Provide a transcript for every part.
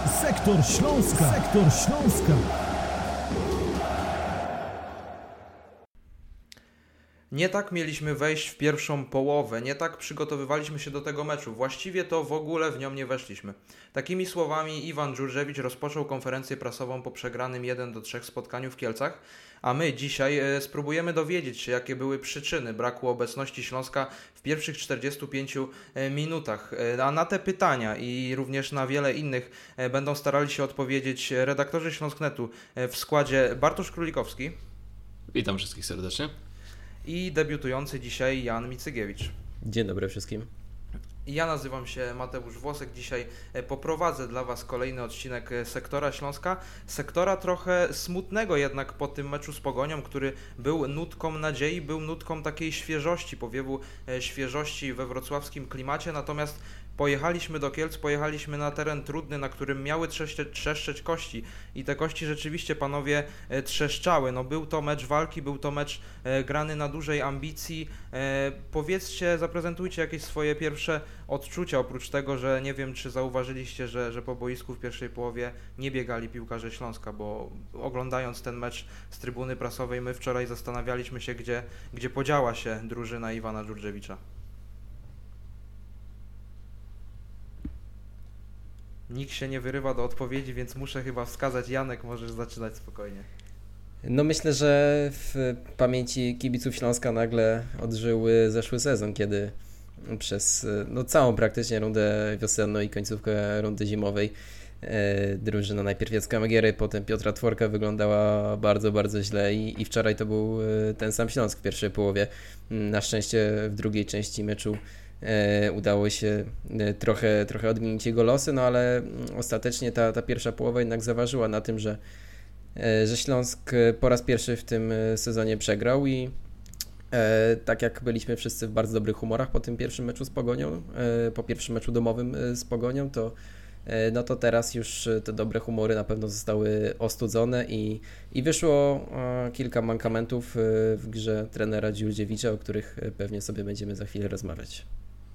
Sektor Śląska. Sektor Śląska. Nie tak mieliśmy wejść w pierwszą połowę, nie tak przygotowywaliśmy się do tego meczu. Właściwie to w ogóle w nią nie weszliśmy. Takimi słowami Iwan Dżurdżewicz rozpoczął konferencję prasową po przegranym 1-3 spotkaniu w Kielcach, a my dzisiaj spróbujemy dowiedzieć się, jakie były przyczyny braku obecności Śląska w pierwszych 45 minutach. A na te pytania i również na wiele innych będą starali się odpowiedzieć redaktorzy Śląsknetu w składzie Bartosz Królikowski. Witam wszystkich serdecznie. I debiutujący dzisiaj Jan Micygiewicz. Dzień dobry wszystkim. Ja nazywam się Mateusz Włosek. Dzisiaj poprowadzę dla Was kolejny odcinek Sektora Śląska. Sektora trochę smutnego jednak po tym meczu z Pogonią, który był nutką nadziei, był nutką takiej świeżości, powiewu świeżości we wrocławskim klimacie. Natomiast pojechaliśmy do Kielc, pojechaliśmy na teren trudny, na którym miały trzeszczeć kości i te kości rzeczywiście, panowie, trzeszczały. No, był to mecz walki, był to mecz grany na dużej ambicji. Powiedzcie, zaprezentujcie jakieś swoje pierwsze odczucia, oprócz tego, że nie wiem, czy zauważyliście, że po boisku w pierwszej połowie nie biegali piłkarze Śląska, bo oglądając ten mecz z trybuny prasowej, my wczoraj zastanawialiśmy się, gdzie podziała się drużyna Iwana Dżurdżewicza. Nikt się nie wyrywa do odpowiedzi, więc muszę chyba wskazać. Janek, możesz zaczynać spokojnie. No myślę, że w pamięci kibiców Śląska nagle odżył zeszły sezon, kiedy przez całą praktycznie rundę wiosenną i końcówkę rundy zimowej drużyna najpierw Jacka Magiery, potem Piotra Tworka wyglądała bardzo, bardzo źle i wczoraj to był ten sam Śląsk w pierwszej połowie. Na szczęście w drugiej części meczu udało się trochę odmienić jego losy, no ale ostatecznie ta pierwsza połowa jednak zaważyła na tym, że Śląsk po raz pierwszy w tym sezonie przegrał i tak jak byliśmy wszyscy w bardzo dobrych humorach po tym pierwszym meczu z Pogonią, po pierwszym meczu domowym z Pogonią, to teraz już te dobre humory na pewno zostały ostudzone i wyszło kilka mankamentów w grze trenera Dżurdżewicza, o których pewnie sobie będziemy za chwilę rozmawiać.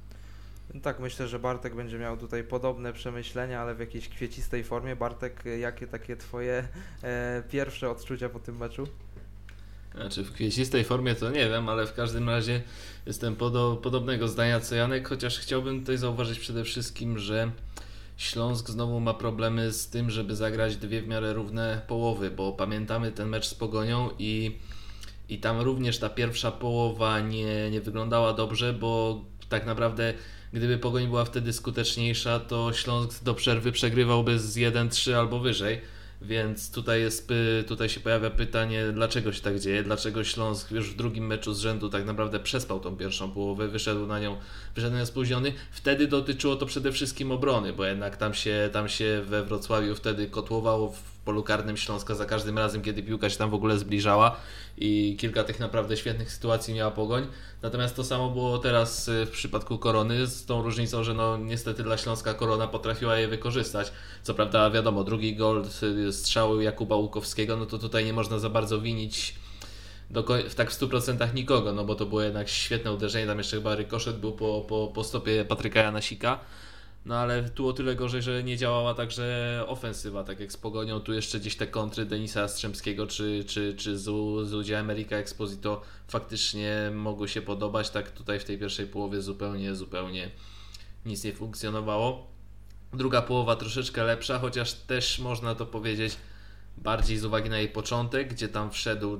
Tak, myślę, że Bartek będzie miał tutaj podobne przemyślenia, ale w jakiejś kwiecistej formie. Bartek, jakie takie twoje pierwsze odczucia po tym meczu? Znaczy w kwiecistej formie to nie wiem, ale w każdym razie jestem podobnego zdania co Janek, chociaż chciałbym tutaj zauważyć przede wszystkim, że Śląsk znowu ma problemy z tym, żeby zagrać dwie w miarę równe połowy, bo pamiętamy ten mecz z Pogonią i tam również ta pierwsza połowa nie wyglądała dobrze, bo tak naprawdę gdyby Pogoń była wtedy skuteczniejsza, to Śląsk do przerwy przegrywałby z 1-3 albo wyżej, więc tutaj się pojawia pytanie, dlaczego się tak dzieje, dlaczego Śląsk już w drugim meczu z rzędu tak naprawdę przespał tą pierwszą połowę, wyszedł na nią spóźniony. Wtedy dotyczyło to przede wszystkim obrony, bo jednak tam się we Wrocławiu wtedy kotłowało w polu karnym Śląska za każdym razem, kiedy piłka się tam w ogóle zbliżała i kilka tych naprawdę świetnych sytuacji miała Pogoń. Natomiast to samo było teraz w przypadku Korony, z tą różnicą, że niestety dla Śląska Korona potrafiła je wykorzystać. Co prawda wiadomo, drugi gol strzały Jakuba Łukowskiego, no to tutaj nie można za bardzo winić tak w 100% nikogo, no bo to było jednak świetne uderzenie, tam jeszcze chyba rykoszet był po stopie Patryka Janasika. No ale tu o tyle gorzej, że nie działała także ofensywa, tak jak z Pogonią, tu jeszcze gdzieś te kontry Denisa Jastrzębskiego czy z udziałem Erika Exposito faktycznie mogły się podobać, tak tutaj w tej pierwszej połowie zupełnie nic nie funkcjonowało. Druga połowa troszeczkę lepsza, chociaż też można to powiedzieć bardziej z uwagi na jej początek, gdzie tam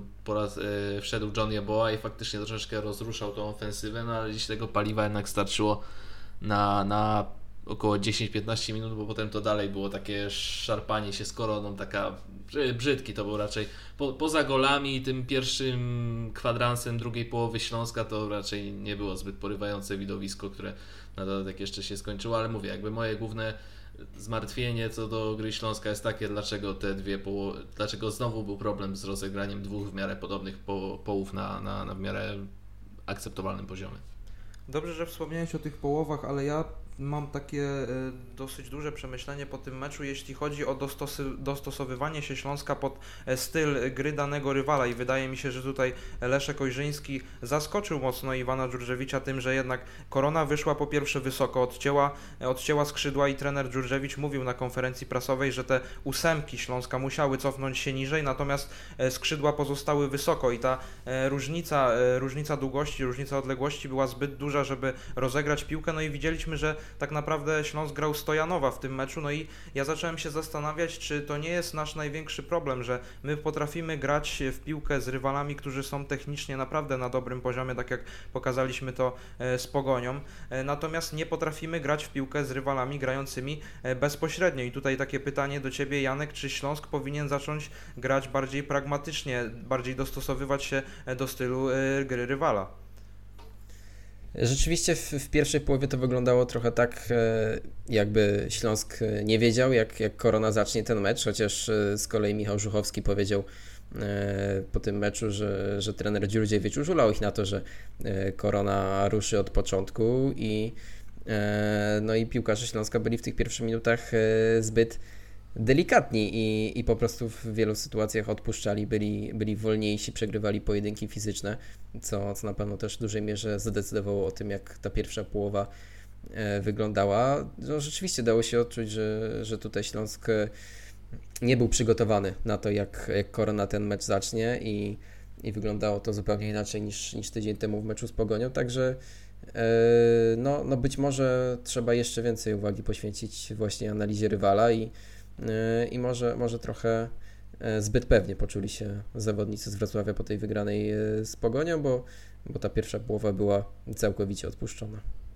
wszedł Johnny Yeboah i faktycznie troszeczkę rozruszał tą ofensywę, no ale dziś tego paliwa jednak starczyło na około 10-15 minut, bo potem to dalej było takie szarpanie się z Koroną, taka brzydki to był raczej. Poza golami i tym pierwszym kwadransem drugiej połowy Śląska to raczej nie było zbyt porywające widowisko, które na dodatek jeszcze się skończyło, ale mówię, jakby moje główne zmartwienie co do gry Śląska jest takie, dlaczego znowu był problem z rozegraniem dwóch w miarę podobnych połów na w miarę akceptowalnym poziomie. Dobrze, że wspomniałeś o tych połowach, ale ja mam takie dosyć duże przemyślenie po tym meczu, jeśli chodzi o dostosowywanie się Śląska pod styl gry danego rywala i wydaje mi się, że tutaj Leszek Ojrzyński zaskoczył mocno Iwana Dżurdżewicza tym, że jednak Korona wyszła po pierwsze wysoko, odcięła skrzydła i trener Dżurdżewicz mówił na konferencji prasowej, że te ósemki Śląska musiały cofnąć się niżej, natomiast skrzydła pozostały wysoko i ta różnica długości, różnica odległości była zbyt duża, żeby rozegrać piłkę, no i widzieliśmy, że tak naprawdę Śląsk grał Stojanowa w tym meczu, no i ja zacząłem się zastanawiać, czy to nie jest nasz największy problem, że my potrafimy grać w piłkę z rywalami, którzy są technicznie naprawdę na dobrym poziomie, tak jak pokazaliśmy to z Pogonią, natomiast nie potrafimy grać w piłkę z rywalami grającymi bezpośrednio i tutaj takie pytanie do Ciebie, Janek, czy Śląsk powinien zacząć grać bardziej pragmatycznie, bardziej dostosowywać się do stylu gry rywala? Rzeczywiście w pierwszej połowie to wyglądało trochę tak, jakby Śląsk nie wiedział, jak Korona zacznie ten mecz, chociaż z kolei Michał Żuchowski powiedział po tym meczu, że trener Dziurdziewicz użulał ich na to, że Korona ruszy od początku no i piłkarze Śląska byli w tych pierwszych minutach zbyt delikatni i po prostu w wielu sytuacjach odpuszczali, byli wolniejsi, przegrywali pojedynki fizyczne, co na pewno też w dużej mierze zadecydowało o tym, jak ta pierwsza połowa wyglądała. No, rzeczywiście dało się odczuć, że tutaj Śląsk nie był przygotowany na to, jak Korona ten mecz zacznie i wyglądało to zupełnie inaczej niż tydzień temu w meczu z Pogonią, także no być może trzeba jeszcze więcej uwagi poświęcić właśnie analizie rywala i może trochę zbyt pewnie poczuli się zawodnicy z Wrocławia po tej wygranej z Pogonią, bo ta pierwsza połowa była całkowicie odpuszczona.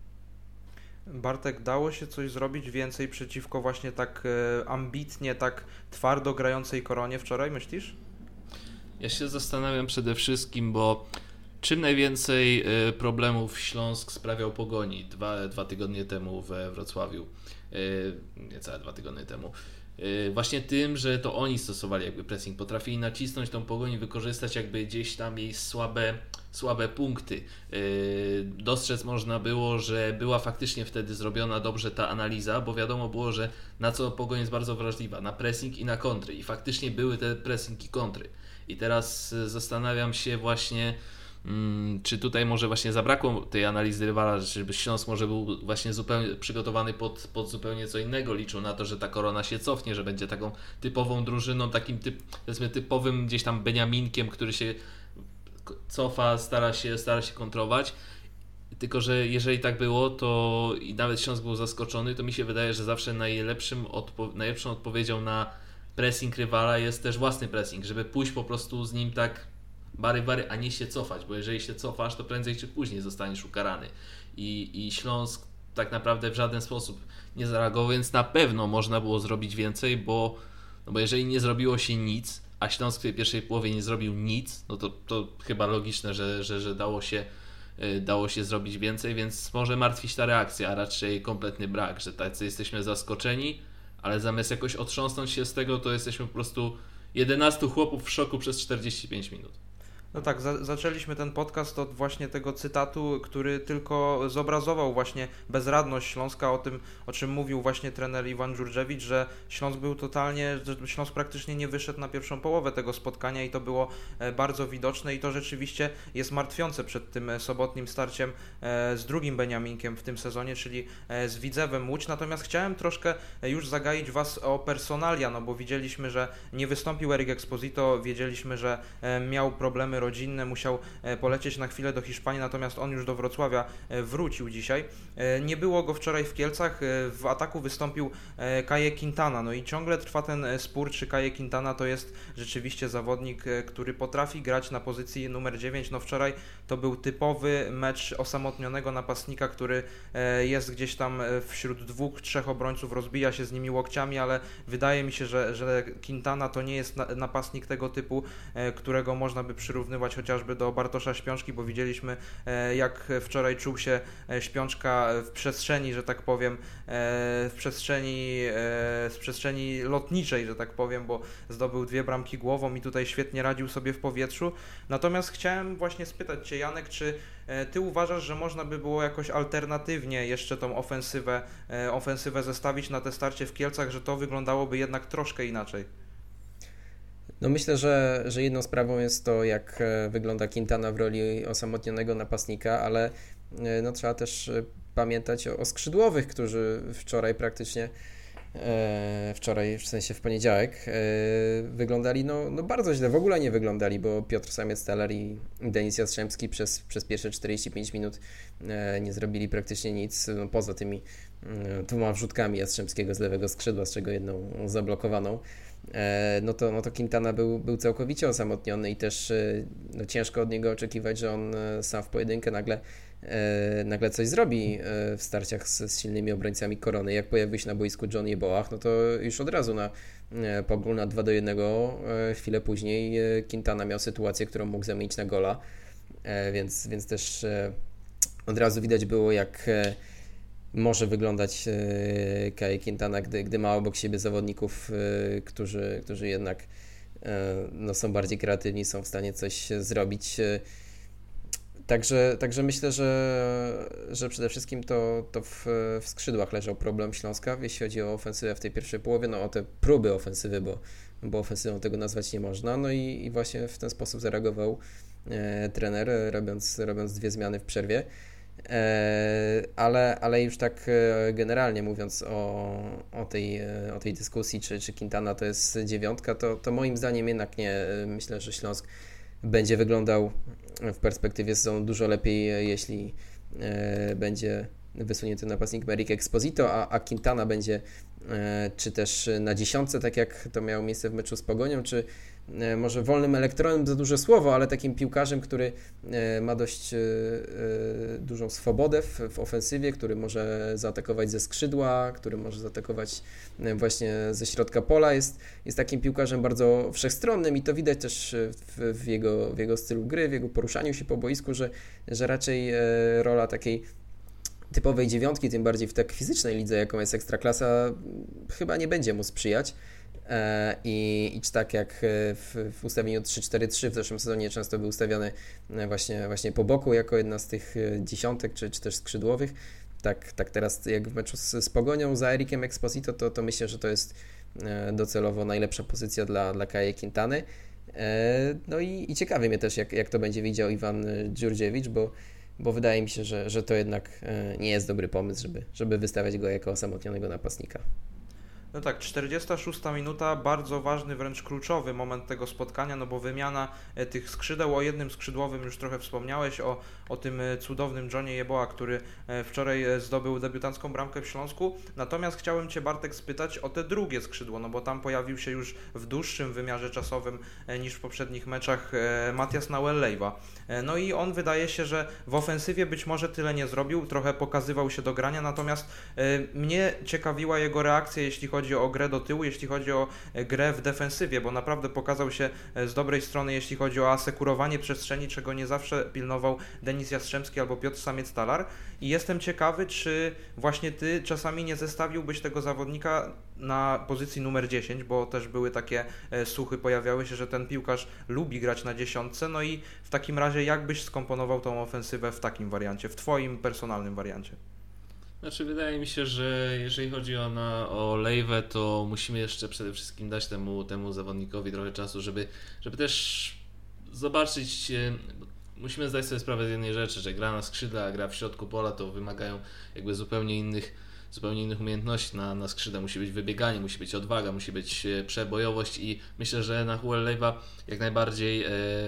Bartek, dało się coś zrobić więcej przeciwko właśnie tak ambitnie, tak twardo grającej Koronie wczoraj, myślisz? Ja się zastanawiam przede wszystkim, bo czym najwięcej problemów Śląsk sprawiał Pogoni dwa tygodnie temu we Wrocławiu, niecałe 2 tygodnie temu. Właśnie tym, że to oni stosowali jakby pressing, potrafili nacisnąć tą Pogoń, wykorzystać jakby gdzieś tam jej słabe punkty. Dostrzec można było, że była faktycznie wtedy zrobiona dobrze ta analiza, bo wiadomo było, że na co Pogoń jest bardzo wrażliwa, na pressing i na kontry i faktycznie były te pressing i kontry. I teraz zastanawiam się właśnie, czy tutaj może właśnie zabrakło tej analizy rywala, żeby Śląsk może był właśnie zupełnie przygotowany pod zupełnie co innego, liczył na to, że ta Korona się cofnie, że będzie taką typową drużyną, takim powiedzmy typowym gdzieś tam Beniaminkiem, który się cofa, stara się kontrować. Tylko że jeżeli tak było, to i nawet Śląsk był zaskoczony, to mi się wydaje, że zawsze najlepszą odpowiedzią na pressing rywala jest też własny pressing, żeby pójść po prostu z nim tak bary, a nie się cofać, bo jeżeli się cofasz, to prędzej czy później zostaniesz ukarany. I Śląsk tak naprawdę w żaden sposób nie zareagował, więc na pewno można było zrobić więcej, bo jeżeli nie zrobiło się nic, a Śląsk w tej pierwszej połowie nie zrobił nic, no to chyba logiczne, że dało się zrobić więcej, więc może martwić ta reakcja, a raczej kompletny brak, że tacy jesteśmy zaskoczeni, ale zamiast jakoś otrząsnąć się z tego, to jesteśmy po prostu 11 chłopów w szoku przez 45 minut. No tak, zaczęliśmy ten podcast od właśnie tego cytatu, który tylko zobrazował właśnie bezradność Śląska, o czym mówił właśnie trener Iwan Dżurdżewicz, że Śląsk praktycznie nie wyszedł na pierwszą połowę tego spotkania i to było bardzo widoczne i to rzeczywiście jest martwiące przed tym sobotnim starciem z drugim Beniaminkiem w tym sezonie, czyli z Widzewem Łódź. Natomiast chciałem troszkę już zagaić Was o personalia, no bo widzieliśmy, że nie wystąpił Erik Exposito, wiedzieliśmy, że miał problemy rodzinne, musiał polecieć na chwilę do Hiszpanii, natomiast on już do Wrocławia wrócił dzisiaj. Nie było go wczoraj w Kielcach, w ataku wystąpił Kaje Quintana, no i ciągle trwa ten spór, czy Kaje Quintana to jest rzeczywiście zawodnik, który potrafi grać na pozycji numer 9, no wczoraj to był typowy mecz osamotnionego napastnika, który jest gdzieś tam wśród 2-3 obrońców, rozbija się z nimi łokciami, ale wydaje mi się, że Quintana to nie jest napastnik tego typu, którego można by przyrównywać porównywać chociażby do Bartosza Śpiączki, bo widzieliśmy jak wczoraj czuł się Śpiączka w przestrzeni, że tak powiem, w przestrzeni lotniczej, że tak powiem, bo zdobył 2 bramki głową i tutaj świetnie radził sobie w powietrzu. Natomiast chciałem właśnie spytać Cię, Janek, czy Ty uważasz, że można by było jakoś alternatywnie jeszcze tą ofensywę zestawić na te starcie w Kielcach, że to wyglądałoby jednak troszkę inaczej? No myślę, że jedną sprawą jest to, jak wygląda Quintana w roli osamotnionego napastnika, ale no, trzeba też pamiętać o skrzydłowych, którzy wczoraj praktycznie, w sensie w poniedziałek, wyglądali no bardzo źle, w ogóle nie wyglądali, bo Piotr Samiec-Talar i Denis Jastrzębski przez pierwsze 45 minut nie zrobili praktycznie nic, no, poza tymi 2 wrzutkami Jastrzębskiego z lewego skrzydła, z czego jedną zablokowaną. No to Quintana był całkowicie osamotniony i też no, ciężko od niego oczekiwać, że on sam w pojedynkę nagle coś zrobi w starciach z silnymi obrońcami Korony. Jak pojawił się na boisku John Yeboah, no to już od razu pogól na 2-1, chwilę później Quintana miał sytuację, którą mógł zamienić na gola, więc też od razu widać było, jak może wyglądać Caye Quintana, gdy ma obok siebie zawodników, którzy jednak no, są bardziej kreatywni, są w stanie coś zrobić. Także myślę, że przede wszystkim to w skrzydłach leżał problem Śląska, jeśli chodzi o ofensywę w tej pierwszej połowie, no o te próby ofensywy, bo ofensywą tego nazwać nie można, no i właśnie w ten sposób zareagował trener, robiąc 2 zmiany w przerwie. Ale już tak generalnie mówiąc o tej dyskusji, czy Quintana to jest 9, to moim zdaniem jednak nie. Myślę, że Śląsk będzie wyglądał w perspektywie sezonu dużo lepiej, jeśli będzie wysunięty napastnik Merrick Exposito, a Quintana będzie czy też na 10, tak jak to miało miejsce w meczu z Pogonią, czy może wolnym elektronem za duże słowo, ale takim piłkarzem, który ma dość dużą swobodę w ofensywie, który może zaatakować ze skrzydła, który może zaatakować właśnie ze środka pola. Jest takim piłkarzem bardzo wszechstronnym i to widać też w jego stylu gry, w jego poruszaniu się po boisku, że raczej rola takiej typowej 9, tym bardziej w tak fizycznej lidze, jaką jest Ekstraklasa, chyba nie będzie mu sprzyjać. I tak jak w ustawieniu 3-4-3 w zeszłym sezonie często był ustawiany właśnie po boku jako jedna z tych 10 czy też skrzydłowych, tak teraz jak w meczu z Pogonią za Erickiem Exposito, to myślę, że to jest docelowo najlepsza pozycja dla Caye Quintany. No i ciekawi mnie też, jak to będzie widział Iwan Dżurdziewicz, bo wydaje mi się, że to jednak nie jest dobry pomysł, żeby wystawiać go jako osamotnionego napastnika. No tak, 46 minuta, bardzo ważny, wręcz kluczowy moment tego spotkania, no bo wymiana tych skrzydeł, o jednym skrzydłowym już trochę wspomniałeś, o tym cudownym Johnie Yeboah, który wczoraj zdobył debiutancką bramkę w Śląsku. Natomiast chciałem Cię, Bartek, spytać o te drugie skrzydło, no bo tam pojawił się już w dłuższym wymiarze czasowym niż w poprzednich meczach Matias Nauel-Leiva. No i on wydaje się, że w ofensywie być może tyle nie zrobił, trochę pokazywał się do grania, natomiast mnie ciekawiła jego reakcja, jeśli chodzi o grę do tyłu, jeśli chodzi o grę w defensywie, bo naprawdę pokazał się z dobrej strony, jeśli chodzi o asekurowanie przestrzeni, czego nie zawsze pilnował Denis Jastrzębski albo Piotr Samiec-Talar. I jestem ciekawy, czy właśnie Ty czasami nie zestawiłbyś tego zawodnika na pozycji numer 10, bo też były takie słuchy, pojawiały się, że ten piłkarz lubi grać na 10, no i w takim razie jak byś skomponował tą ofensywę w takim wariancie, w Twoim personalnym wariancie? Znaczy wydaje mi się, że jeżeli chodzi o Leivę, to musimy jeszcze przede wszystkim dać temu zawodnikowi trochę czasu, żeby też zobaczyć. Musimy zdać sobie sprawę z jednej rzeczy, że gra na skrzydle, a gra w środku pola to wymagają jakby zupełnie innych umiejętności. Na skrzydle musi być wybieganie, musi być odwaga, musi być przebojowość i myślę, że Nahuel Leiva jak najbardziej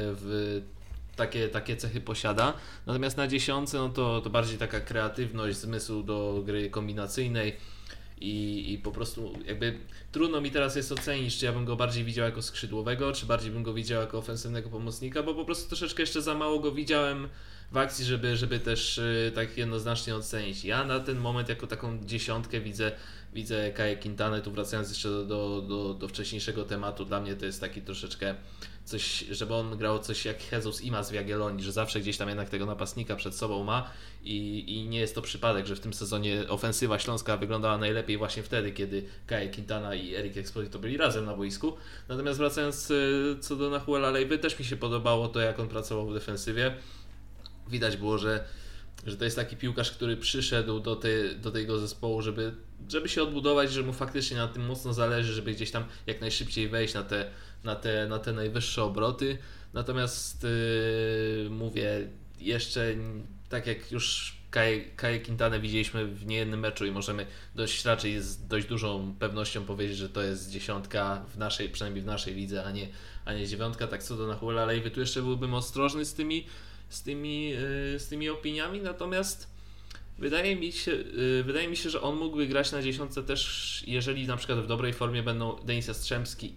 takie cechy posiada. Natomiast na 10 no to bardziej taka kreatywność, zmysł do gry kombinacyjnej i po prostu jakby trudno mi teraz jest ocenić, czy ja bym go bardziej widział jako skrzydłowego, czy bardziej bym go widział jako ofensywnego pomocnika, bo po prostu troszeczkę jeszcze za mało go widziałem w akcji, żeby też tak jednoznacznie ocenić. Ja na ten moment jako taką dziesiątkę widzę Kaję Quintanę, tu wracając jeszcze do wcześniejszego tematu, dla mnie to jest taki troszeczkę coś, żeby on grał coś jak Jesus Imaz w Jagiellonii, że zawsze gdzieś tam jednak tego napastnika przed sobą ma i nie jest to przypadek, że w tym sezonie ofensywa śląska wyglądała najlepiej właśnie wtedy, kiedy Kaja Quintana i Erik Exposito byli razem na boisku. Natomiast wracając co do Nahuela Lejwy, też mi się podobało to, jak on pracował w defensywie. Widać było, że to jest taki piłkarz, który przyszedł do tego zespołu, żeby się odbudować, że mu faktycznie na tym mocno zależy, żeby gdzieś tam jak najszybciej wejść na te najwyższe obroty. Natomiast mówię, jeszcze tak jak już Kaję Quintanę widzieliśmy w niejednym meczu i możemy raczej z dość dużą pewnością powiedzieć, że to jest dziesiątka przynajmniej w naszej lidze, a nie dziewiątka. Tak co do Nahuela Lejwy, tu jeszcze byłbym ostrożny z tymi opiniami, natomiast wydaje mi się, że on mógłby grać na dziesiątce też, jeżeli na przykład w dobrej formie będą Denis Jastrzębski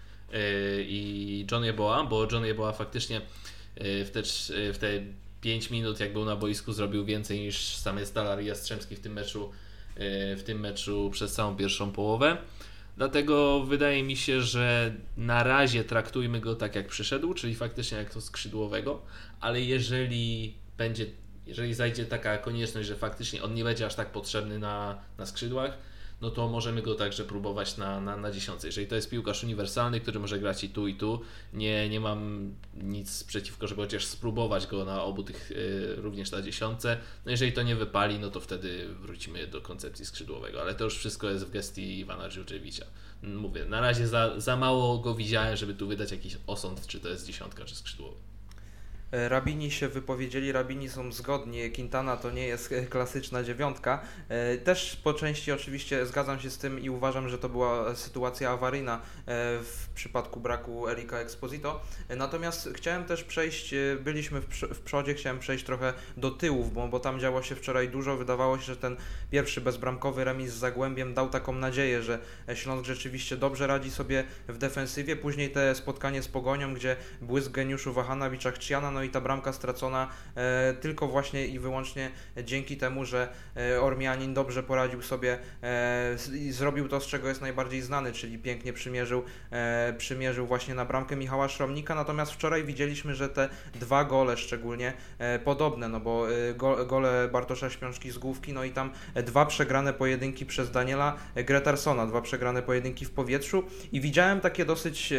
i John Yeboah, bo John Yeboah faktycznie w te 5 minut, jak był na boisku, zrobił więcej niż sam Stolar i Jastrzębski w tym meczu przez całą pierwszą połowę. Dlatego wydaje mi się, że na razie traktujmy go tak, jak przyszedł, czyli faktycznie jak to skrzydłowego, ale jeżeli zajdzie taka konieczność, że faktycznie on nie będzie aż tak potrzebny na skrzydłach, no to możemy go także próbować na dziesiątce. Jeżeli to jest piłkarz uniwersalny, który może grać i tu, nie mam nic przeciwko, żeby chociaż spróbować go na obu tych również na dziesiątce. No jeżeli to nie wypali, no to wtedy wrócimy do koncepcji skrzydłowego, ale to już wszystko jest w gestii Iwana Dżurdżewicza. Mówię, na razie za mało go widziałem, żeby tu wydać jakiś osąd, czy to jest dziesiątka, czy skrzydłowy. Rabini się wypowiedzieli, rabini są zgodni, Quintana to nie jest klasyczna dziewiątka. Też po części oczywiście zgadzam się z tym i uważam, że to była sytuacja awaryjna w przypadku braku Erika Exposito. Natomiast chciałem też przejść, byliśmy w przodzie, chciałem przejść trochę do tyłów, bo tam działo się wczoraj dużo. Wydawało się, że ten pierwszy bezbramkowy remis z Zagłębiem dał taką nadzieję, że Śląsk rzeczywiście dobrze radzi sobie w defensywie. Później te spotkanie z Pogonią, gdzie błysk geniuszu Wahana-Wicza-Chciana, no i ta bramka stracona tylko właśnie i wyłącznie dzięki temu, że Ormianin dobrze poradził sobie i zrobił to, z czego jest najbardziej znany, czyli pięknie przymierzył właśnie na bramkę Michała Szromnika. Natomiast wczoraj widzieliśmy, że te dwa gole szczególnie podobne, no bo gole Bartosza Śpiączki z główki, no i tam dwa przegrane pojedynki przez Daniela Gretarsona, dwa przegrane pojedynki w powietrzu i widziałem takie dosyć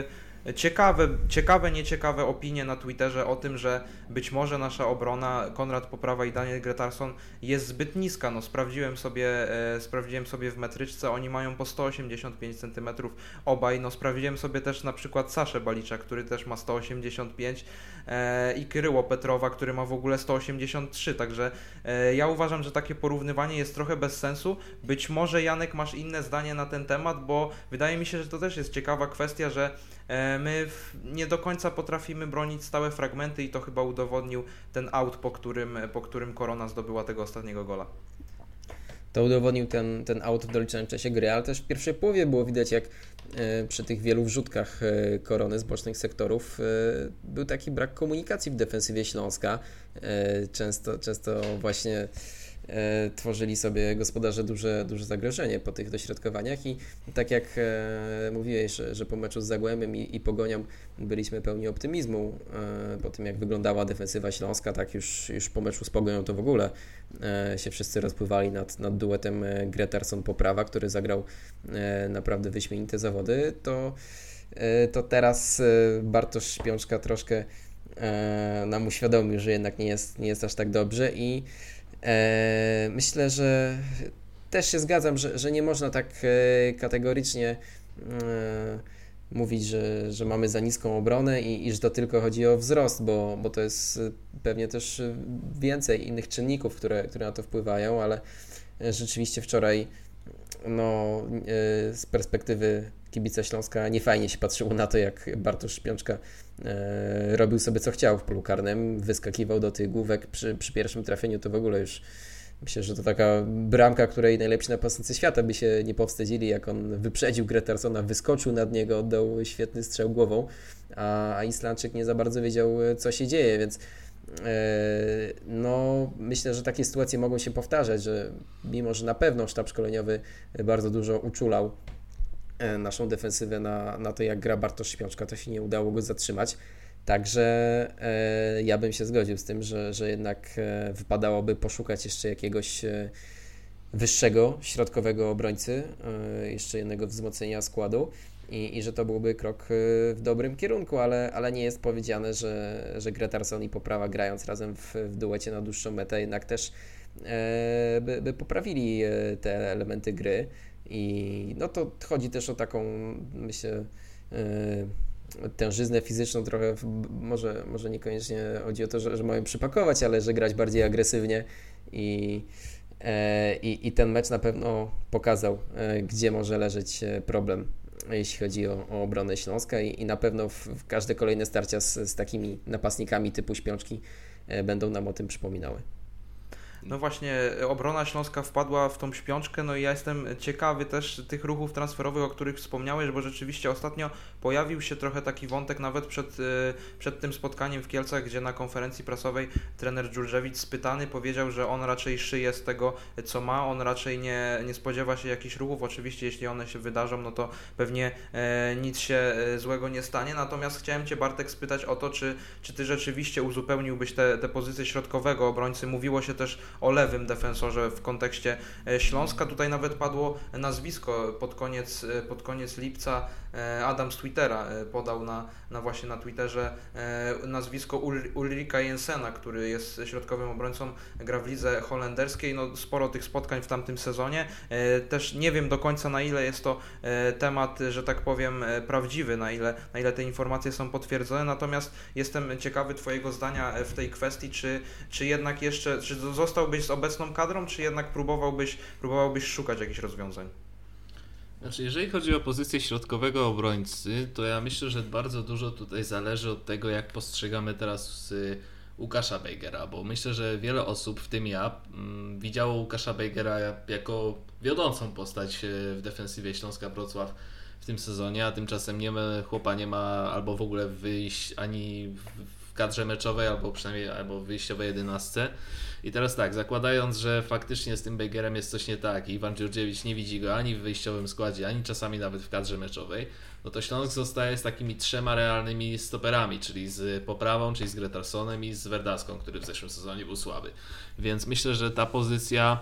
nieciekawe opinie na Twitterze o tym, że być może nasza obrona, Konrad Poprawa i Daniel Gretarson, jest zbyt niska. No sprawdziłem sobie w metryczce, oni mają po 185 cm obaj. No sprawdziłem sobie też na przykład Saszę Balicza, który też ma 185 i Kryło Petrowa, który ma w ogóle 183, także ja uważam, że takie porównywanie jest trochę bez sensu. Być może, Janek, masz inne zdanie na ten temat, bo wydaje mi się, że to też jest ciekawa kwestia, że my nie do końca potrafimy bronić stałe fragmenty i to chyba udowodnił ten aut, po którym Korona zdobyła tego ostatniego gola. To udowodnił ten aut w doliczonym czasie gry, ale też w pierwszej połowie było widać, jak przy tych wielu wrzutkach Korony z bocznych sektorów był taki brak komunikacji w defensywie Śląska. Często właśnie tworzyli sobie gospodarze duże zagrożenie po tych dośrodkowaniach i tak jak mówiłeś, że po meczu z Zagłębiem i Pogonią byliśmy pełni optymizmu po tym, jak wyglądała defensywa Śląska, tak już po meczu z Pogonią to w ogóle się wszyscy rozpływali nad duetem Gretarson-Poprawa, który zagrał naprawdę wyśmienite zawody, to teraz Bartosz Śpiączka troszkę nam uświadomił, że jednak nie jest aż tak dobrze i myślę, że też się zgadzam, że nie można tak kategorycznie mówić, że mamy za niską obronę i że to tylko chodzi o wzrost, bo to jest pewnie też więcej innych czynników, które na to wpływają, ale rzeczywiście wczoraj z perspektywy kibica Śląska niefajnie się patrzyło na to, jak Bartosz Śpiączka robił sobie co chciał w polu karnym, wyskakiwał do tych główek przy pierwszym trafieniu, to w ogóle już myślę, że to taka bramka, której najlepsi napastnicy świata by się nie powstydzili, jak on wyprzedził Gretarsona, wyskoczył nad niego, oddał świetny strzał głową, a Islandczyk nie za bardzo wiedział, co się dzieje, więc No, myślę, że takie sytuacje mogą się powtarzać, że mimo, że na pewno sztab szkoleniowy bardzo dużo uczulał naszą defensywę na to, jak gra Bartosz Śpiączka, to się nie udało go zatrzymać. Także ja bym się zgodził z tym, że jednak wypadałoby poszukać jeszcze jakiegoś wyższego, środkowego obrońcy, jeszcze jednego wzmocnienia składu i że to byłby krok w dobrym kierunku, ale nie jest powiedziane, że Gretarsson i Poprawa grając razem w duecie na dłuższą metę jednak też by poprawili te elementy gry i no to chodzi też o taką, myślę, tężyznę fizyczną trochę, może niekoniecznie chodzi o to, że mają przypakować, ale że grać bardziej agresywnie i ten mecz na pewno pokazał, gdzie może leżeć problem, jeśli chodzi o obronę Śląska i na pewno w każde kolejne starcia z takimi napastnikami typu Śpiączki będą nam o tym przypominały. No właśnie, obrona Śląska wpadła w tą śpiączkę, no i ja jestem ciekawy też tych ruchów transferowych, o których wspomniałeś, bo rzeczywiście ostatnio pojawił się trochę taki wątek nawet przed tym spotkaniem w Kielcach, gdzie na konferencji prasowej trener Dżurdżewicz spytany powiedział, że on raczej szyje z tego, co ma, on raczej nie spodziewa się jakichś ruchów, oczywiście jeśli one się wydarzą, no to pewnie nic się złego nie stanie, natomiast chciałem Cię, Bartek, spytać o to, czy Ty rzeczywiście uzupełniłbyś te pozycje środkowego obrońcy, mówiło się też o lewym defensorze w kontekście Śląska. Tutaj nawet padło nazwisko pod koniec lipca. Adam z Twittera podał właśnie na Twitterze nazwisko Ulrika Jensena, który jest środkowym obrońcą, gra w lidze holenderskiej. No, sporo tych spotkań w tamtym sezonie. Też nie wiem do końca, na ile jest to temat, że tak powiem, prawdziwy, na ile te informacje są potwierdzone. Natomiast jestem ciekawy Twojego zdania w tej kwestii, czy jednak jeszcze, czy zostałbyś z obecną kadrą, czy jednak próbowałbyś szukać jakichś rozwiązań? Znaczy, jeżeli chodzi o pozycję środkowego obrońcy, to ja myślę, że bardzo dużo tutaj zależy od tego, jak postrzegamy teraz Łukasza Bejgera, bo myślę, że wiele osób, w tym ja, widziało Łukasza Bejgera jako wiodącą postać w defensywie Śląska Wrocław w tym sezonie, a tymczasem chłopa nie ma albo w ogóle wyjść ani w kadrze meczowej, albo przynajmniej w wyjściowej 11. I teraz tak, zakładając, że faktycznie z tym Bejgerem jest coś nie tak i Iwan Dżurdżewicz nie widzi go ani w wyjściowym składzie, ani czasami nawet w kadrze meczowej, no to Śląsk zostaje z takimi 3 realnymi stoperami, czyli z Poprawą, czyli z Gretarssonem i z Werdaską, który w zeszłym sezonie był słaby. Więc myślę, że ta pozycja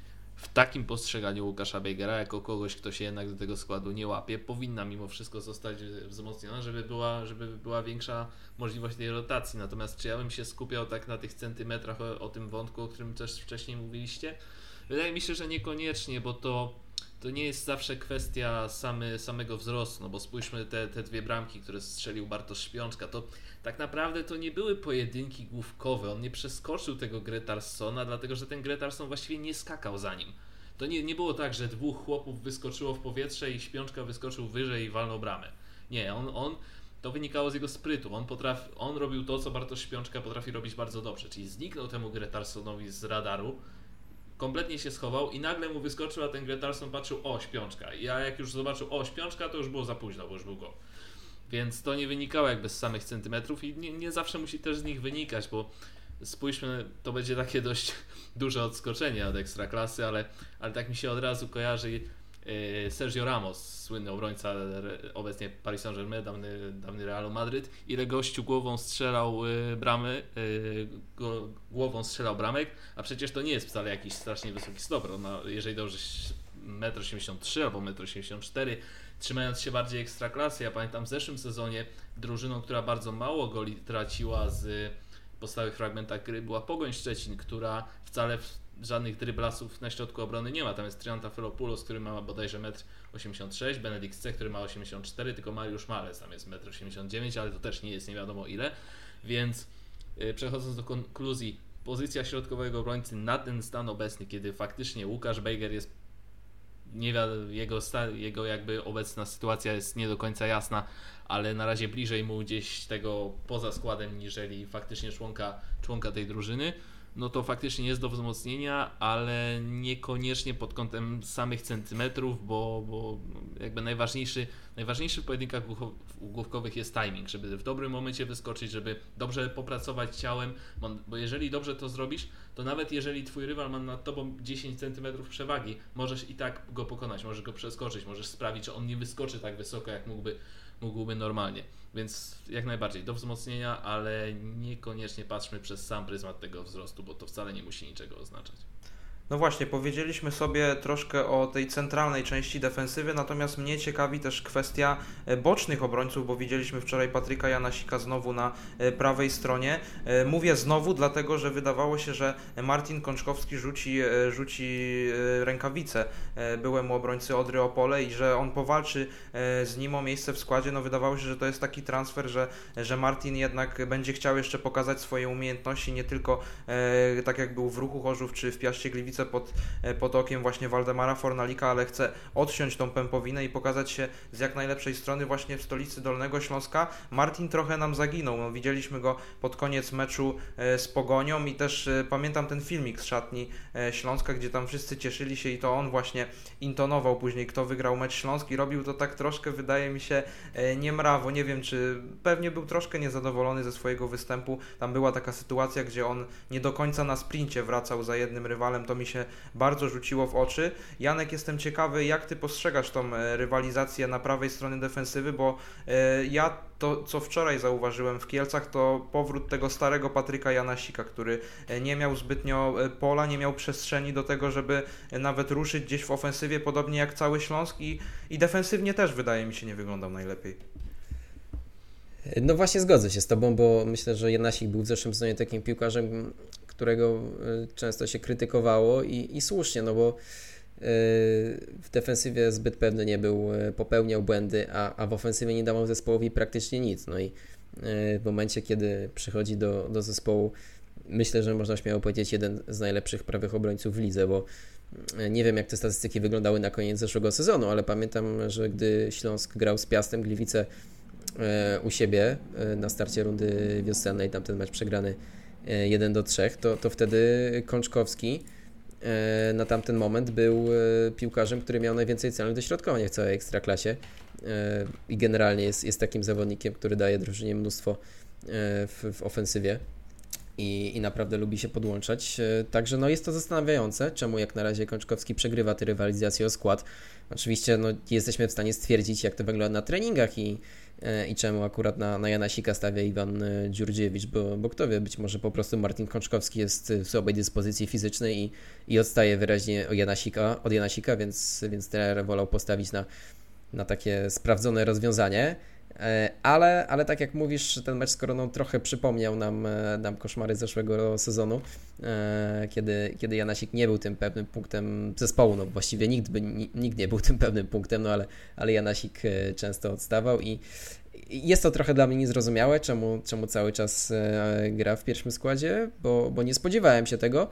w takim postrzeganiu Łukasza Bejgera, jako kogoś, kto się jednak do tego składu nie łapie, powinna mimo wszystko zostać wzmocniona, żeby była większa możliwość tej rotacji. Natomiast czy ja bym się skupiał tak na tych centymetrach o tym wątku, o którym też wcześniej mówiliście? Wydaje mi się, że niekoniecznie, bo to nie jest zawsze kwestia samego wzrostu, no bo spójrzmy te 2 bramki, które strzelił Bartosz Śpiączka, to tak naprawdę to nie były pojedynki główkowe, on nie przeskoczył tego Gretarssona, dlatego że ten Gretarsson właściwie nie skakał za nim. To nie było tak, że 2 chłopów wyskoczyło w powietrze i Śpiączka wyskoczył wyżej i walnął bramę. Nie, to wynikało z jego sprytu, on robił to, co Bartosz Śpiączka potrafi robić bardzo dobrze, czyli zniknął temu Gretarssonowi z radaru, kompletnie się schował i nagle mu wyskoczył, a ten Gretarsson patrzył, Śpiączka. I ja jak już zobaczył, Śpiączka, to już było za późno, bo już był gol. Więc to nie wynikało jakby z samych centymetrów i nie zawsze musi też z nich wynikać, bo spójrzmy, to będzie takie dość duże odskoczenie od Ekstraklasy, ale tak mi się od razu kojarzy Sergio Ramos, słynny obrońca obecnie Paris Saint-Germain, dawny Realu Madryt, ile gościu głową strzelał bramek, a przecież to nie jest wcale jakiś strasznie wysoki stoper. Jeżeli dobrze 1,83 m albo 1,84 m, trzymając się bardziej Ekstraklasy. Ja pamiętam w zeszłym sezonie drużyną, która bardzo mało goli traciła z podstawowych fragmentach gry, była Pogoń Szczecin, która wcale żadnych dryblasów na środku obrony nie ma. Tam jest Triantafylopoulos, który ma bodajże 1,86 m, Benedikt C, który ma 84 m, tylko Mariusz Malec tam jest 1,89 m, ale to też nie jest nie wiadomo ile. Więc przechodząc do konkluzji, pozycja środkowego obrońcy na ten stan obecny, kiedy faktycznie Łukasz Bejger jest jego jakby obecna sytuacja jest nie do końca jasna, ale na razie bliżej mu gdzieś tego poza składem niżeli faktycznie członka tej drużyny, no to faktycznie jest do wzmocnienia, ale niekoniecznie pod kątem samych centymetrów, bo jakby najważniejszy w pojedynkach główkowych jest timing, żeby w dobrym momencie wyskoczyć, żeby dobrze popracować ciałem, bo jeżeli dobrze to zrobisz, to nawet jeżeli twój rywal ma nad tobą 10 cm przewagi, możesz i tak go pokonać, możesz go przeskoczyć, możesz sprawić, że on nie wyskoczy tak wysoko, jak mógłby normalnie. Więc jak najbardziej do wzmocnienia, ale niekoniecznie patrzmy przez sam pryzmat tego wzrostu, bo to wcale nie musi niczego oznaczać. No właśnie, powiedzieliśmy sobie troszkę o tej centralnej części defensywy, natomiast mnie ciekawi też kwestia bocznych obrońców, bo widzieliśmy wczoraj Patryka Janasika znowu na prawej stronie. Mówię znowu, dlatego że wydawało się, że Martin Kączkowski rzuci rękawicę byłemu obrońcy Odry Opole i że on powalczy z nim o miejsce w składzie. No wydawało się, że to jest taki transfer, że Martin jednak będzie chciał jeszcze pokazać swoje umiejętności, nie tylko tak jak był w Ruchu Chorzów czy w Piaście Gliwice pod okiem właśnie Waldemara Fornalika, ale chce odciąć tą pępowinę i pokazać się z jak najlepszej strony właśnie w stolicy Dolnego Śląska. Martin trochę nam zaginął, no, widzieliśmy go pod koniec meczu z Pogonią i też pamiętam ten filmik z szatni Śląska, gdzie tam wszyscy cieszyli się i to on właśnie intonował później, kto wygrał mecz Śląski. Robił to tak troszkę, wydaje mi się, niemrawo, nie wiem, czy pewnie był troszkę niezadowolony ze swojego występu. Tam była taka sytuacja, gdzie on nie do końca na sprincie wracał za jednym rywalem, to mi się bardzo rzuciło w oczy. Janek, jestem ciekawy, jak Ty postrzegasz tą rywalizację na prawej stronie defensywy, bo ja to, co wczoraj zauważyłem w Kielcach, to powrót tego starego Patryka Janasika, który nie miał zbytnio pola, nie miał przestrzeni do tego, żeby nawet ruszyć gdzieś w ofensywie, podobnie jak cały Śląsk i defensywnie też, wydaje mi się, nie wyglądał najlepiej. No właśnie zgodzę się z Tobą, bo myślę, że Janasik był w zeszłym sezonie takim piłkarzem, którego często się krytykowało i słusznie, no bo w defensywie zbyt pewny nie był, popełniał błędy, a w ofensywie nie dawał zespołowi praktycznie nic. No i w momencie, kiedy przychodzi do zespołu, myślę, że można śmiało powiedzieć, jeden z najlepszych prawych obrońców w lidze, bo nie wiem, jak te statystyki wyglądały na koniec zeszłego sezonu, ale pamiętam, że gdy Śląsk grał z Piastem Gliwice u siebie na starcie rundy wiosennej, tamten mecz przegrany 1-3, to wtedy Kączkowski na tamten moment był piłkarzem, który miał najwięcej celnych dośrodkowań w całej Ekstraklasie i generalnie jest takim zawodnikiem, który daje drużynie mnóstwo w ofensywie i naprawdę lubi się podłączać. Także no jest to zastanawiające, czemu jak na razie Kączkowski przegrywa tę rywalizację o skład. Oczywiście no, jesteśmy w stanie stwierdzić, jak to wygląda na treningach i czemu akurat na Janasika stawia Iwan Dziurdziewicz, bo kto wie, być może po prostu Martin Kączkowski jest w słabej dyspozycji fizycznej i odstaje wyraźnie od Janasika, więc trener wolał postawić na takie sprawdzone rozwiązanie. Ale tak jak mówisz, ten mecz z Koroną trochę przypomniał nam koszmary zeszłego sezonu, kiedy Janasik nie był tym pewnym punktem zespołu, no właściwie nikt nie był tym pewnym punktem, no ale Janasik często odstawał i jest to trochę dla mnie niezrozumiałe, czemu cały czas gra w pierwszym składzie, bo nie spodziewałem się tego,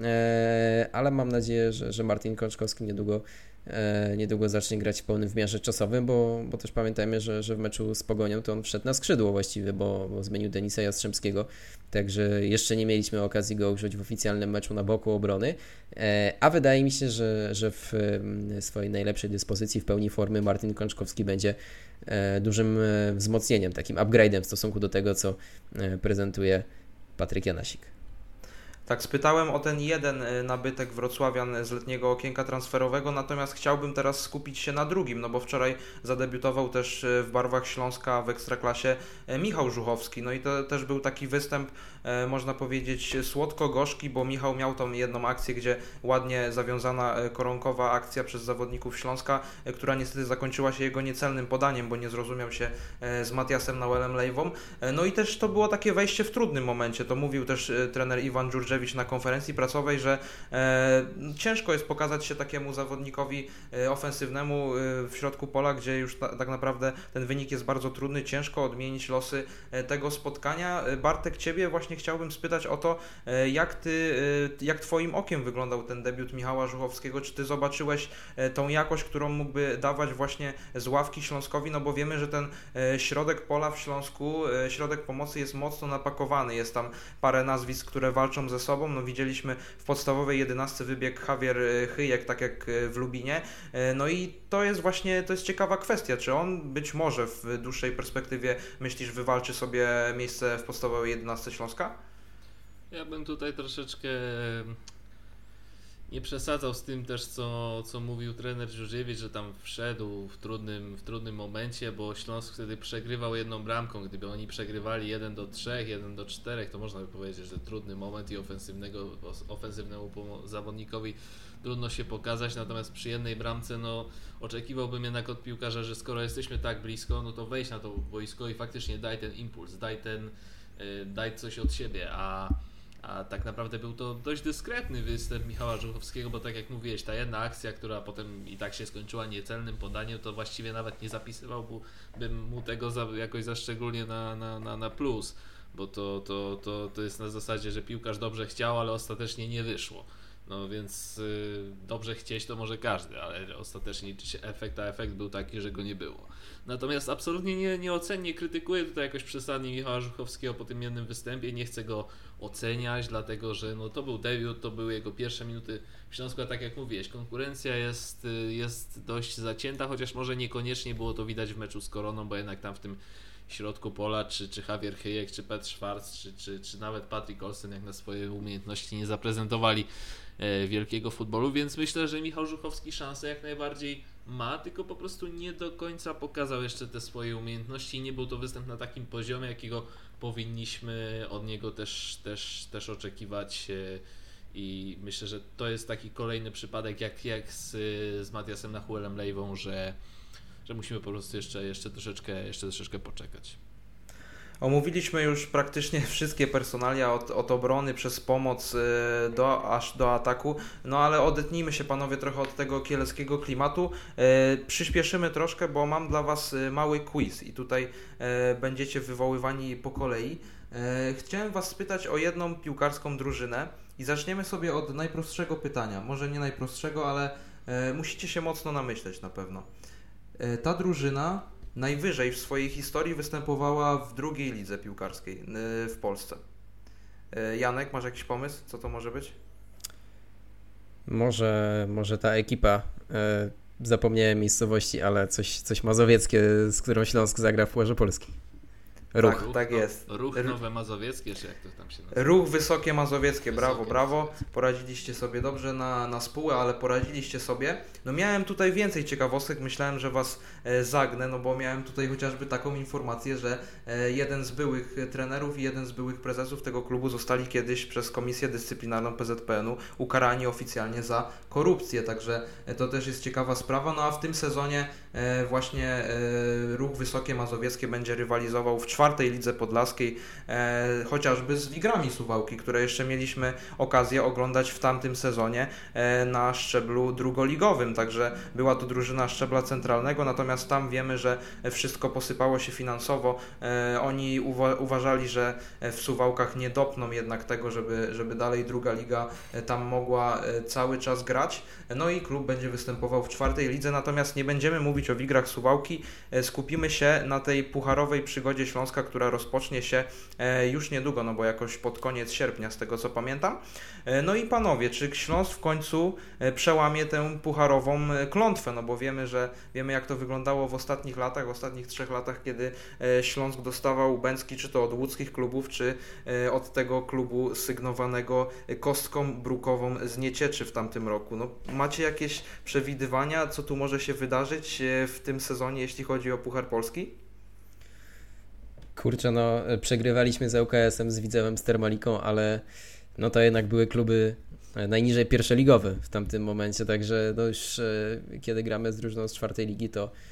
ale mam nadzieję, że Martin Kączkowski niedługo zacznie grać w pełnym wymiarze czasowym, bo też pamiętajmy, że w meczu z Pogonią to on wszedł na skrzydło właściwie, bo zmienił Denisa Jastrzębskiego, także jeszcze nie mieliśmy okazji go użyć w oficjalnym meczu na boku obrony, a wydaje mi się, że w swojej najlepszej dyspozycji, w pełni formy Martin Kączkowski będzie dużym wzmocnieniem, takim upgrade'em w stosunku do tego, co prezentuje Patryk Janasik. Tak, spytałem o ten jeden nabytek wrocławian z letniego okienka transferowego, natomiast chciałbym teraz skupić się na drugim, no bo wczoraj zadebiutował też w barwach Śląska w Ekstraklasie Michał Żuchowski, no i to też był taki występ, można powiedzieć, słodko-gorzki, bo Michał miał tą jedną akcję, gdzie ładnie zawiązana koronkowa akcja przez zawodników Śląska, która niestety zakończyła się jego niecelnym podaniem, bo nie zrozumiał się z Matiasem Nauelem Lejwą, no i też to było takie wejście w trudnym momencie, to mówił też trener Iwan Dziurdziewicz na konferencji prasowej, że ciężko jest pokazać się takiemu zawodnikowi ofensywnemu w środku pola, gdzie już tak naprawdę ten wynik jest bardzo trudny, ciężko odmienić losy tego spotkania. Bartek, Ciebie właśnie chciałbym spytać o to, jak Twoim okiem wyglądał ten debiut Michała Żuchowskiego, czy Ty zobaczyłeś tą jakość, którą mógłby dawać właśnie z ławki Śląskowi, no bo wiemy, że ten środek pola w Śląsku, środek pomocy jest mocno napakowany, jest tam parę nazwisk, które walczą ze sobą, sobą. No widzieliśmy w podstawowej 11 wybieg Javier Chyjek, tak jak w Lubinie. No i to jest ciekawa kwestia, czy on być może w dłuższej perspektywie, myślisz, wywalczy sobie miejsce w podstawowej 11 Śląska? Ja bym tutaj troszeczkę nie przesadzał z tym też, co mówił trener Dziurdziewicz, że tam wszedł w trudnym momencie, bo Śląsk wtedy przegrywał jedną bramką. Gdyby oni przegrywali 1-3, 1-4, to można by powiedzieć, że trudny moment i ofensywnemu zawodnikowi trudno się pokazać, natomiast przy jednej bramce oczekiwałbym jednak od piłkarza, że skoro jesteśmy tak blisko, no to wejdź na to boisko i faktycznie daj ten impuls, daj coś od siebie, a tak naprawdę był to dość dyskretny występ Michała Żuchowskiego, bo tak jak mówiłeś, ta jedna akcja, która potem i tak się skończyła niecelnym podaniem, to właściwie nawet nie zapisywałbym mu tego jakoś za szczególnie na plus, bo to jest na zasadzie, że piłkarz dobrze chciał, ale ostatecznie nie wyszło. No więc dobrze chcieć to może każdy, ale ostatecznie liczy się efekt, a efekt był taki, że go nie było. Natomiast absolutnie nie krytykuję tutaj jakoś przesadnie Michała Żuchowskiego po tym jednym występie, nie chcę go oceniać, dlatego że to był debiut, to były jego pierwsze minuty w Śląsku, a tak jak mówiłeś, konkurencja jest dość zacięta, chociaż może niekoniecznie było to widać w meczu z Koroną, bo jednak tam w tym środku pola, czy Javier Chyjek, czy Petr Schwarz, czy nawet Patrick Olsen jak na swoje umiejętności nie zaprezentowali wielkiego futbolu, więc myślę, że Michał Żuchowski szansę jak najbardziej ma, tylko po prostu nie do końca pokazał jeszcze te swoje umiejętności i nie był to występ na takim poziomie, jakiego powinniśmy od niego też oczekiwać i myślę, że to jest taki kolejny przypadek jak z Matiasem Nahuelem Lejwą, że musimy po prostu jeszcze troszeczkę poczekać. Omówiliśmy już praktycznie wszystkie personalia od obrony przez pomoc aż do ataku, no ale odetnijmy się panowie trochę od tego kieleckiego klimatu, przyspieszymy troszkę, bo mam dla Was mały quiz i tutaj będziecie wywoływani po kolei. Chciałem Was spytać o jedną piłkarską drużynę i zaczniemy sobie od najprostszego pytania, może nie najprostszego, ale musicie się mocno namyśleć na pewno. Ta drużyna najwyżej w swojej historii występowała w drugiej lidze piłkarskiej w Polsce. Janek, masz jakiś pomysł, co to może być? Może ta ekipa, zapomniałem miejscowości, ale coś mazowieckie, z którą Śląsk zagra w Pucharze Polski. Ruch. Tak jest. Ruch Nowe Mazowieckie, czy jak to tam się nazywa? Ruch Wysokie Mazowieckie, brawo. Poradziliście sobie dobrze na spółę, ale poradziliście sobie. No miałem tutaj więcej ciekawostek, myślałem, że Was zagnę, no bo miałem tutaj chociażby taką informację, że jeden z byłych trenerów i jeden z byłych prezesów tego klubu zostali kiedyś przez Komisję Dyscyplinarną PZPN-u ukarani oficjalnie za korupcję, także to też jest ciekawa sprawa. No a w tym sezonie właśnie Ruch Wysokie Mazowieckie będzie rywalizował w 4. Lidze Podlaskiej, chociażby z Wigrami Suwałki, które jeszcze mieliśmy okazję oglądać w tamtym sezonie na szczeblu drugoligowym, także była to drużyna szczebla centralnego, natomiast tam wiemy, że wszystko posypało się finansowo. Oni uważali, że w Suwałkach nie dopną jednak tego, żeby dalej druga liga tam mogła cały czas grać, no i klub będzie występował w 4. lidze, natomiast nie będziemy mówić o Wigrach Suwałki, skupimy się na tej pucharowej przygodzie Śląska, która rozpocznie się już niedługo, no bo jakoś pod koniec sierpnia, z tego co pamiętam. No i panowie, czy Śląsk w końcu przełamie tę pucharową klątwę, no bo wiemy jak to wyglądało w ostatnich 3 latach, kiedy Śląsk dostawał bęcki, czy to od łódzkich klubów, czy od tego klubu sygnowanego kostką brukową z Niecieczy w tamtym roku. No, macie jakieś przewidywania, co tu może się wydarzyć w tym sezonie, jeśli chodzi o Puchar Polski? Kurczę, przegrywaliśmy z ŁKS-em, z Widzewem, z Termaliką, ale to jednak były kluby najniżej pierwszoligowe w tamtym momencie, także już kiedy gramy z drużyną z 4. ligi,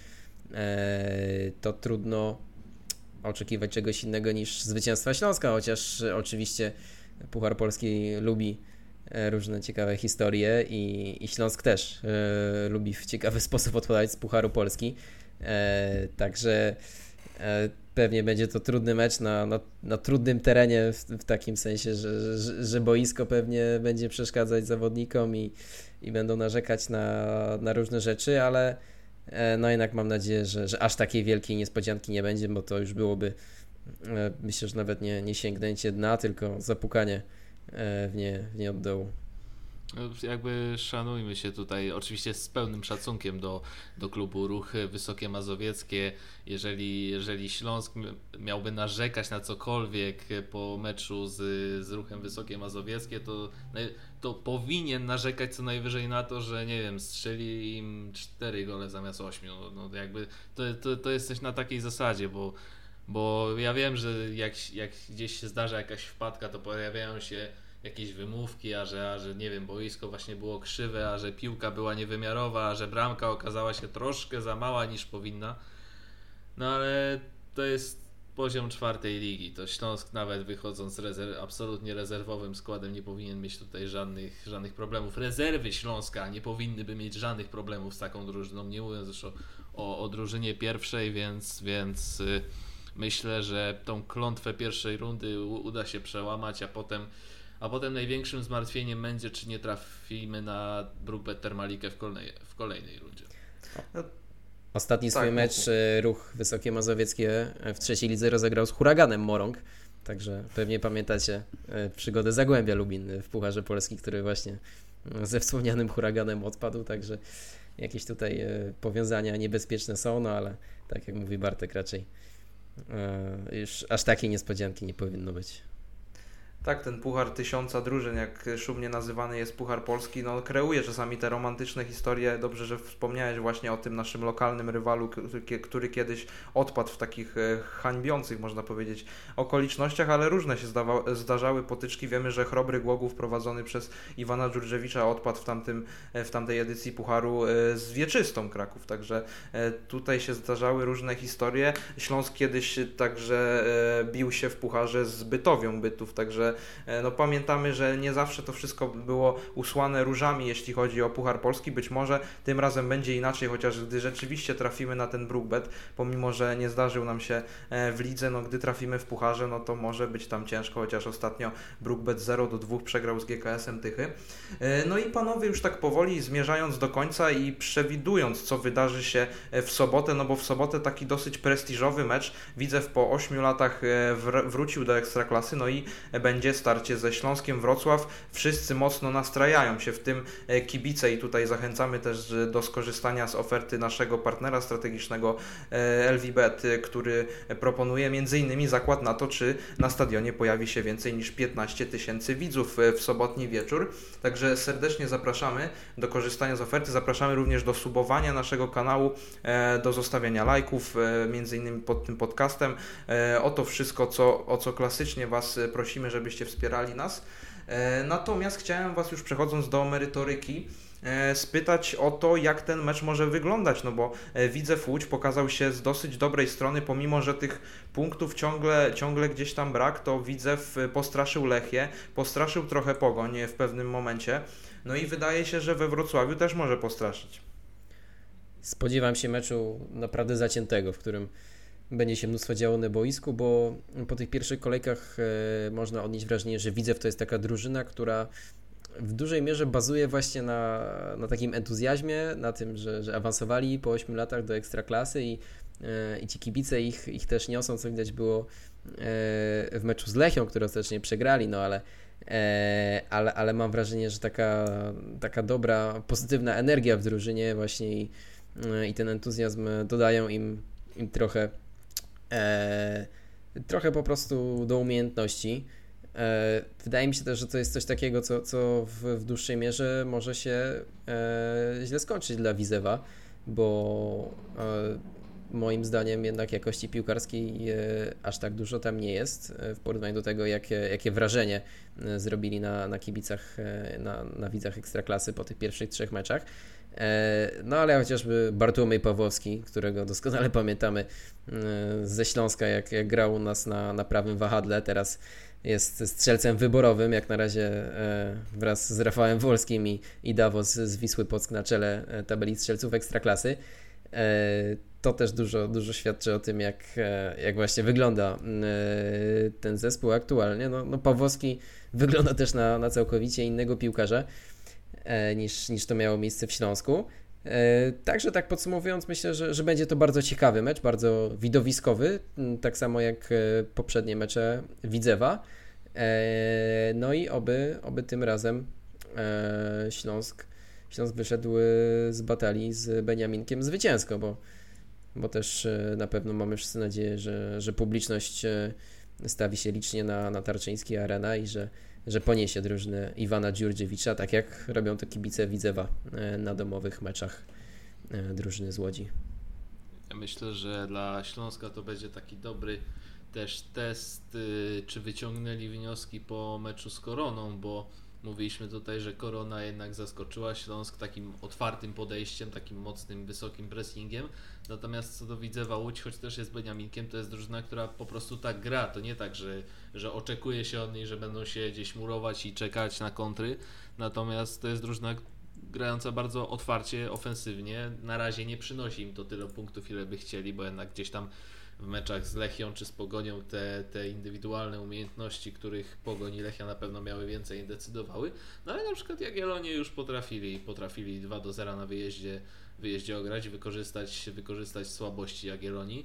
to trudno oczekiwać czegoś innego niż zwycięstwa Śląska, chociaż oczywiście Puchar Polski lubi różne ciekawe historie i Śląsk też lubi w ciekawy sposób odpadać z Pucharu Polski, także pewnie będzie to trudny mecz na trudnym terenie w takim sensie, że boisko pewnie będzie przeszkadzać zawodnikom i będą narzekać na różne rzeczy, ale jednak mam nadzieję, że aż takiej wielkiej niespodzianki nie będzie, bo to już byłoby, myślę, że nawet nie sięgnięcie dna, tylko zapukanie w nie oddał. Jakby szanujmy się tutaj, oczywiście z pełnym szacunkiem do klubu Ruch Wysokie Mazowieckie. Jeżeli Śląsk miałby narzekać na cokolwiek po meczu z Ruchem Wysokie Mazowieckie, to powinien narzekać co najwyżej na to, że nie wiem, strzeli im 4 gole zamiast 8. No jakby to jest coś na takiej zasadzie, bo ja wiem, że jak gdzieś się zdarza jakaś wpadka, to pojawiają się jakieś wymówki, a że nie wiem, boisko właśnie było krzywe, a że piłka była niewymiarowa, a że bramka okazała się troszkę za mała niż powinna. No ale to jest poziom 4. ligi. To Śląsk nawet wychodząc z absolutnie rezerwowym składem nie powinien mieć tutaj żadnych problemów. Rezerwy Śląska nie powinny mieć żadnych problemów z taką drużyną, nie mówiąc już o drużynie pierwszej, więc myślę, że tą klątwę pierwszej rundy uda się przełamać, a potem największym zmartwieniem będzie, czy nie trafimy na Brookbet Termalikę w kolejnej rundzie. Ostatni swój mecz Ruch Wysokie Mazowieckie w 3. lidze rozegrał z Huraganem Morąg, także pewnie pamiętacie przygodę Zagłębia Lubin w Pucharze Polski, który właśnie ze wspomnianym Huraganem odpadł, także jakieś tutaj powiązania niebezpieczne są, no ale tak jak mówi Bartek, raczej już aż takiej niespodzianki nie powinno być. Tak, ten Puchar 1000 drużyn, jak szumnie nazywany jest Puchar Polski, no kreuje czasami te romantyczne historie. Dobrze, że wspomniałeś właśnie o tym naszym lokalnym rywalu, który kiedyś odpadł w takich hańbiących, można powiedzieć, okolicznościach, ale różne się zdarzały potyczki. Wiemy, że Chrobry Głogów prowadzony przez Iwana Dżurdżewicza odpadł w tamtej edycji Pucharu z Wieczystą Kraków, także tutaj się zdarzały różne historie. Śląsk kiedyś także bił się w Pucharze z Bytowią Bytów, także no pamiętamy, że nie zawsze to wszystko było usłane różami, jeśli chodzi o Puchar Polski. Być może tym razem będzie inaczej, chociaż gdy rzeczywiście trafimy na ten Brookbet, pomimo że nie zdarzył nam się w lidze, no gdy trafimy w Pucharze, no to może być tam ciężko, chociaż ostatnio Brookbet 0-2 przegrał z GKS-em Tychy. No i panowie, już tak powoli zmierzając do końca i przewidując, co wydarzy się w sobotę, no bo w sobotę taki dosyć prestiżowy mecz. Widzew po 8 latach wrócił do Ekstraklasy, no i będzie starcie ze Śląskiem Wrocław. Wszyscy mocno nastrajają się, w tym kibice, i tutaj zachęcamy też do skorzystania z oferty naszego partnera strategicznego LVBet, który proponuje m.in. zakład na to, czy na stadionie pojawi się więcej niż 15 000 widzów w sobotni wieczór. Także serdecznie zapraszamy do korzystania z oferty. Zapraszamy również do subowania naszego kanału, do zostawiania lajków, m.in. pod tym podcastem. O to wszystko, o co klasycznie Was prosimy, żebyście wspierali nas. Natomiast chciałem Was, już przechodząc do merytoryki, spytać o to, jak ten mecz może wyglądać, no bo Widzew Łódź pokazał się z dosyć dobrej strony, pomimo że tych punktów ciągle gdzieś tam brak, to Widzew postraszył Lechię, postraszył trochę Pogoń w pewnym momencie, no i wydaje się, że we Wrocławiu też może postraszyć. Spodziewam się meczu naprawdę zaciętego, w którym będzie się mnóstwo działo na boisku, bo po tych pierwszych kolejkach można odnieść wrażenie, że Widzew to jest taka drużyna, która w dużej mierze bazuje właśnie na takim entuzjazmie, na tym, że awansowali po 8 latach do Ekstraklasy i ci kibice ich też niosą, co widać było w meczu z Lechią, który ostatecznie przegrali, no ale mam wrażenie, że taka dobra, pozytywna energia w drużynie właśnie i ten entuzjazm dodają im trochę po prostu do umiejętności. Wydaje mi się też, że to jest coś takiego, co w dłuższej mierze może się źle skończyć dla Widzewa, bo moim zdaniem jednak jakości piłkarskiej aż tak dużo tam nie jest w porównaniu do tego, jakie wrażenie zrobili na kibicach, na widzach Ekstraklasy po tych pierwszych 3 meczach. No ale chociażby Bartłomiej Pawłowski, którego doskonale pamiętamy ze Śląska, jak grał u nas na prawym wahadle, teraz jest strzelcem wyborowym, jak na razie wraz z Rafałem Wolskim i Davos z Wisły Płock na czele tabeli strzelców Ekstraklasy. To też dużo świadczy o tym, jak właśnie wygląda ten zespół aktualnie. No Pawłowski wygląda też na całkowicie innego piłkarza niż to miało miejsce w Śląsku. Także tak podsumowując, myślę, że będzie to bardzo ciekawy mecz, bardzo widowiskowy, tak samo jak poprzednie mecze Widzewa. No i oby tym razem Śląsk wyszedł z batalii z Beniaminkiem zwycięsko, bo też na pewno mamy wszyscy nadzieję, że publiczność stawi się licznie na Tarczyńskiej Arena i że poniesie drużynę Iwana Dziurdziewicza, tak jak robią to kibice Widzewa na domowych meczach drużyny z Łodzi. Ja myślę, że dla Śląska to będzie taki dobry też test, czy wyciągnęli wnioski po meczu z Koroną, bo mówiliśmy tutaj, że Korona jednak zaskoczyła Śląsk takim otwartym podejściem, takim mocnym, wysokim pressingiem. Natomiast co do Widzewa Łódź, choć też jest Beniaminkiem, to jest drużyna, która po prostu tak gra. To nie tak, że oczekuje się od niej, że będą się gdzieś murować i czekać na kontry. Natomiast to jest drużyna grająca bardzo otwarcie, ofensywnie. Na razie nie przynosi im to tyle punktów, ile by chcieli, bo jednak gdzieś tam w meczach z Lechią czy z Pogonią te indywidualne umiejętności, których Pogoń i Lechia na pewno miały więcej, decydowały. No ale na przykład Jagiellonie już potrafili 2-0 na wyjeździe ograć i wykorzystać słabości Jagiellonii.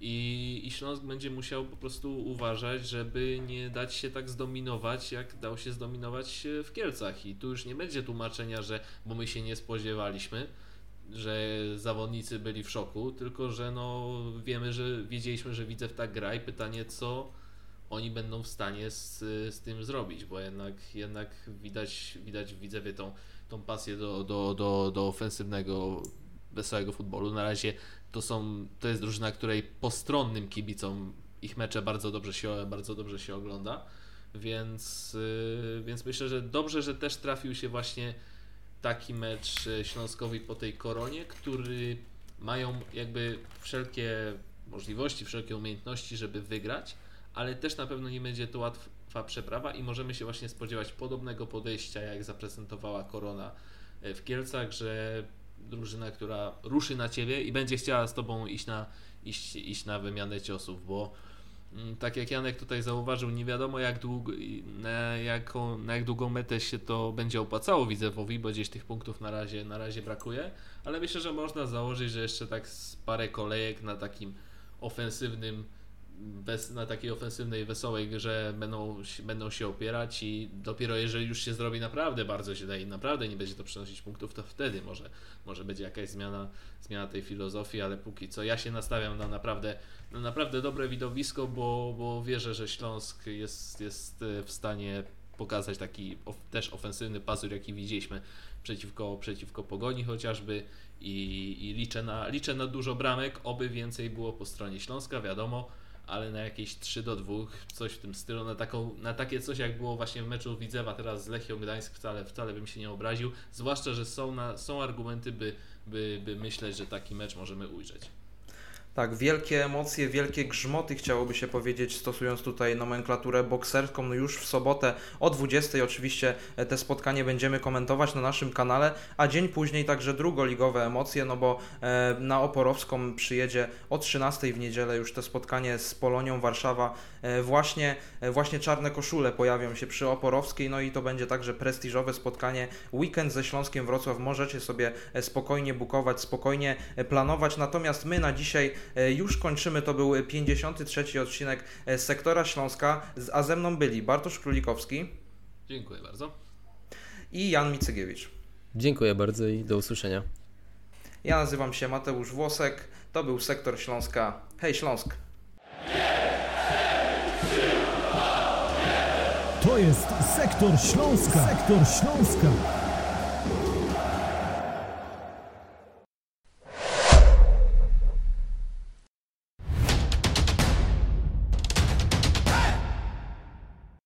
I Śląsk będzie musiał po prostu uważać, żeby nie dać się tak zdominować, jak dał się zdominować w Kielcach. I tu już nie będzie tłumaczenia, bo my się nie spodziewaliśmy, że zawodnicy byli w szoku, tylko że wiedzieliśmy, że Widzew tak gra i pytanie, co oni będą w stanie z tym zrobić, bo jednak widać w Widzewie tą pasję do ofensywnego, wesołego futbolu. Na razie to jest drużyna, której postronnym kibicom ich mecze bardzo dobrze się ogląda, więc myślę, że dobrze, że też trafił się właśnie taki mecz Śląskowi po tej Koronie, który mają jakby wszelkie możliwości, wszelkie umiejętności, żeby wygrać, ale też na pewno nie będzie to łatwa przeprawa i możemy się właśnie spodziewać podobnego podejścia, jak zaprezentowała Korona w Kielcach, że drużyna, która ruszy na ciebie i będzie chciała z tobą iść na wymianę ciosów, bo tak jak Janek tutaj zauważył, nie wiadomo na jak długą metę się to będzie opłacało Widzewowi, bo gdzieś tych punktów na razie brakuje, ale myślę, że można założyć, że jeszcze tak z parę kolejek na takim ofensywnym, na takiej ofensywnej, wesołej grze będą się opierać i dopiero jeżeli już się zrobi naprawdę bardzo źle i naprawdę nie będzie to przynosić punktów, to wtedy może będzie jakaś zmiana tej filozofii, ale póki co ja się nastawiam na naprawdę dobre widowisko, bo wierzę, że Śląsk jest w stanie pokazać taki też ofensywny pazur, jaki widzieliśmy przeciwko Pogoni chociażby i liczę na dużo bramek, oby więcej było po stronie Śląska, wiadomo, ale na jakieś 3-2, coś w tym stylu, na takie coś jak było właśnie w meczu Widzewa teraz z Lechią Gdańsk, wcale bym się nie obraził, zwłaszcza, że są argumenty, by myśleć, że taki mecz możemy ujrzeć. Tak, wielkie emocje, wielkie grzmoty, chciałoby się powiedzieć, stosując tutaj nomenklaturę bokserską. No już w sobotę o 20:00 oczywiście te spotkanie będziemy komentować na naszym kanale, a dzień później także drugoligowe emocje, no bo na Oporowską przyjedzie o 13:00 w niedzielę już to spotkanie z Polonią Warszawa. Właśnie czarne koszule pojawią się przy Oporowskiej, no i to będzie także prestiżowe spotkanie. Weekend ze Śląskiem Wrocław możecie sobie spokojnie bukować, spokojnie planować, natomiast my na dzisiaj już kończymy. To był 53. odcinek Sektora Śląska, a ze mną byli Bartosz Królikowski. Dziękuję bardzo. I Jan Micygiewicz. Dziękuję bardzo i do usłyszenia. Ja nazywam się Mateusz Włosek. To był Sektor Śląska. Hej Śląsk! To jest Sektor Śląska. Sektor Śląska.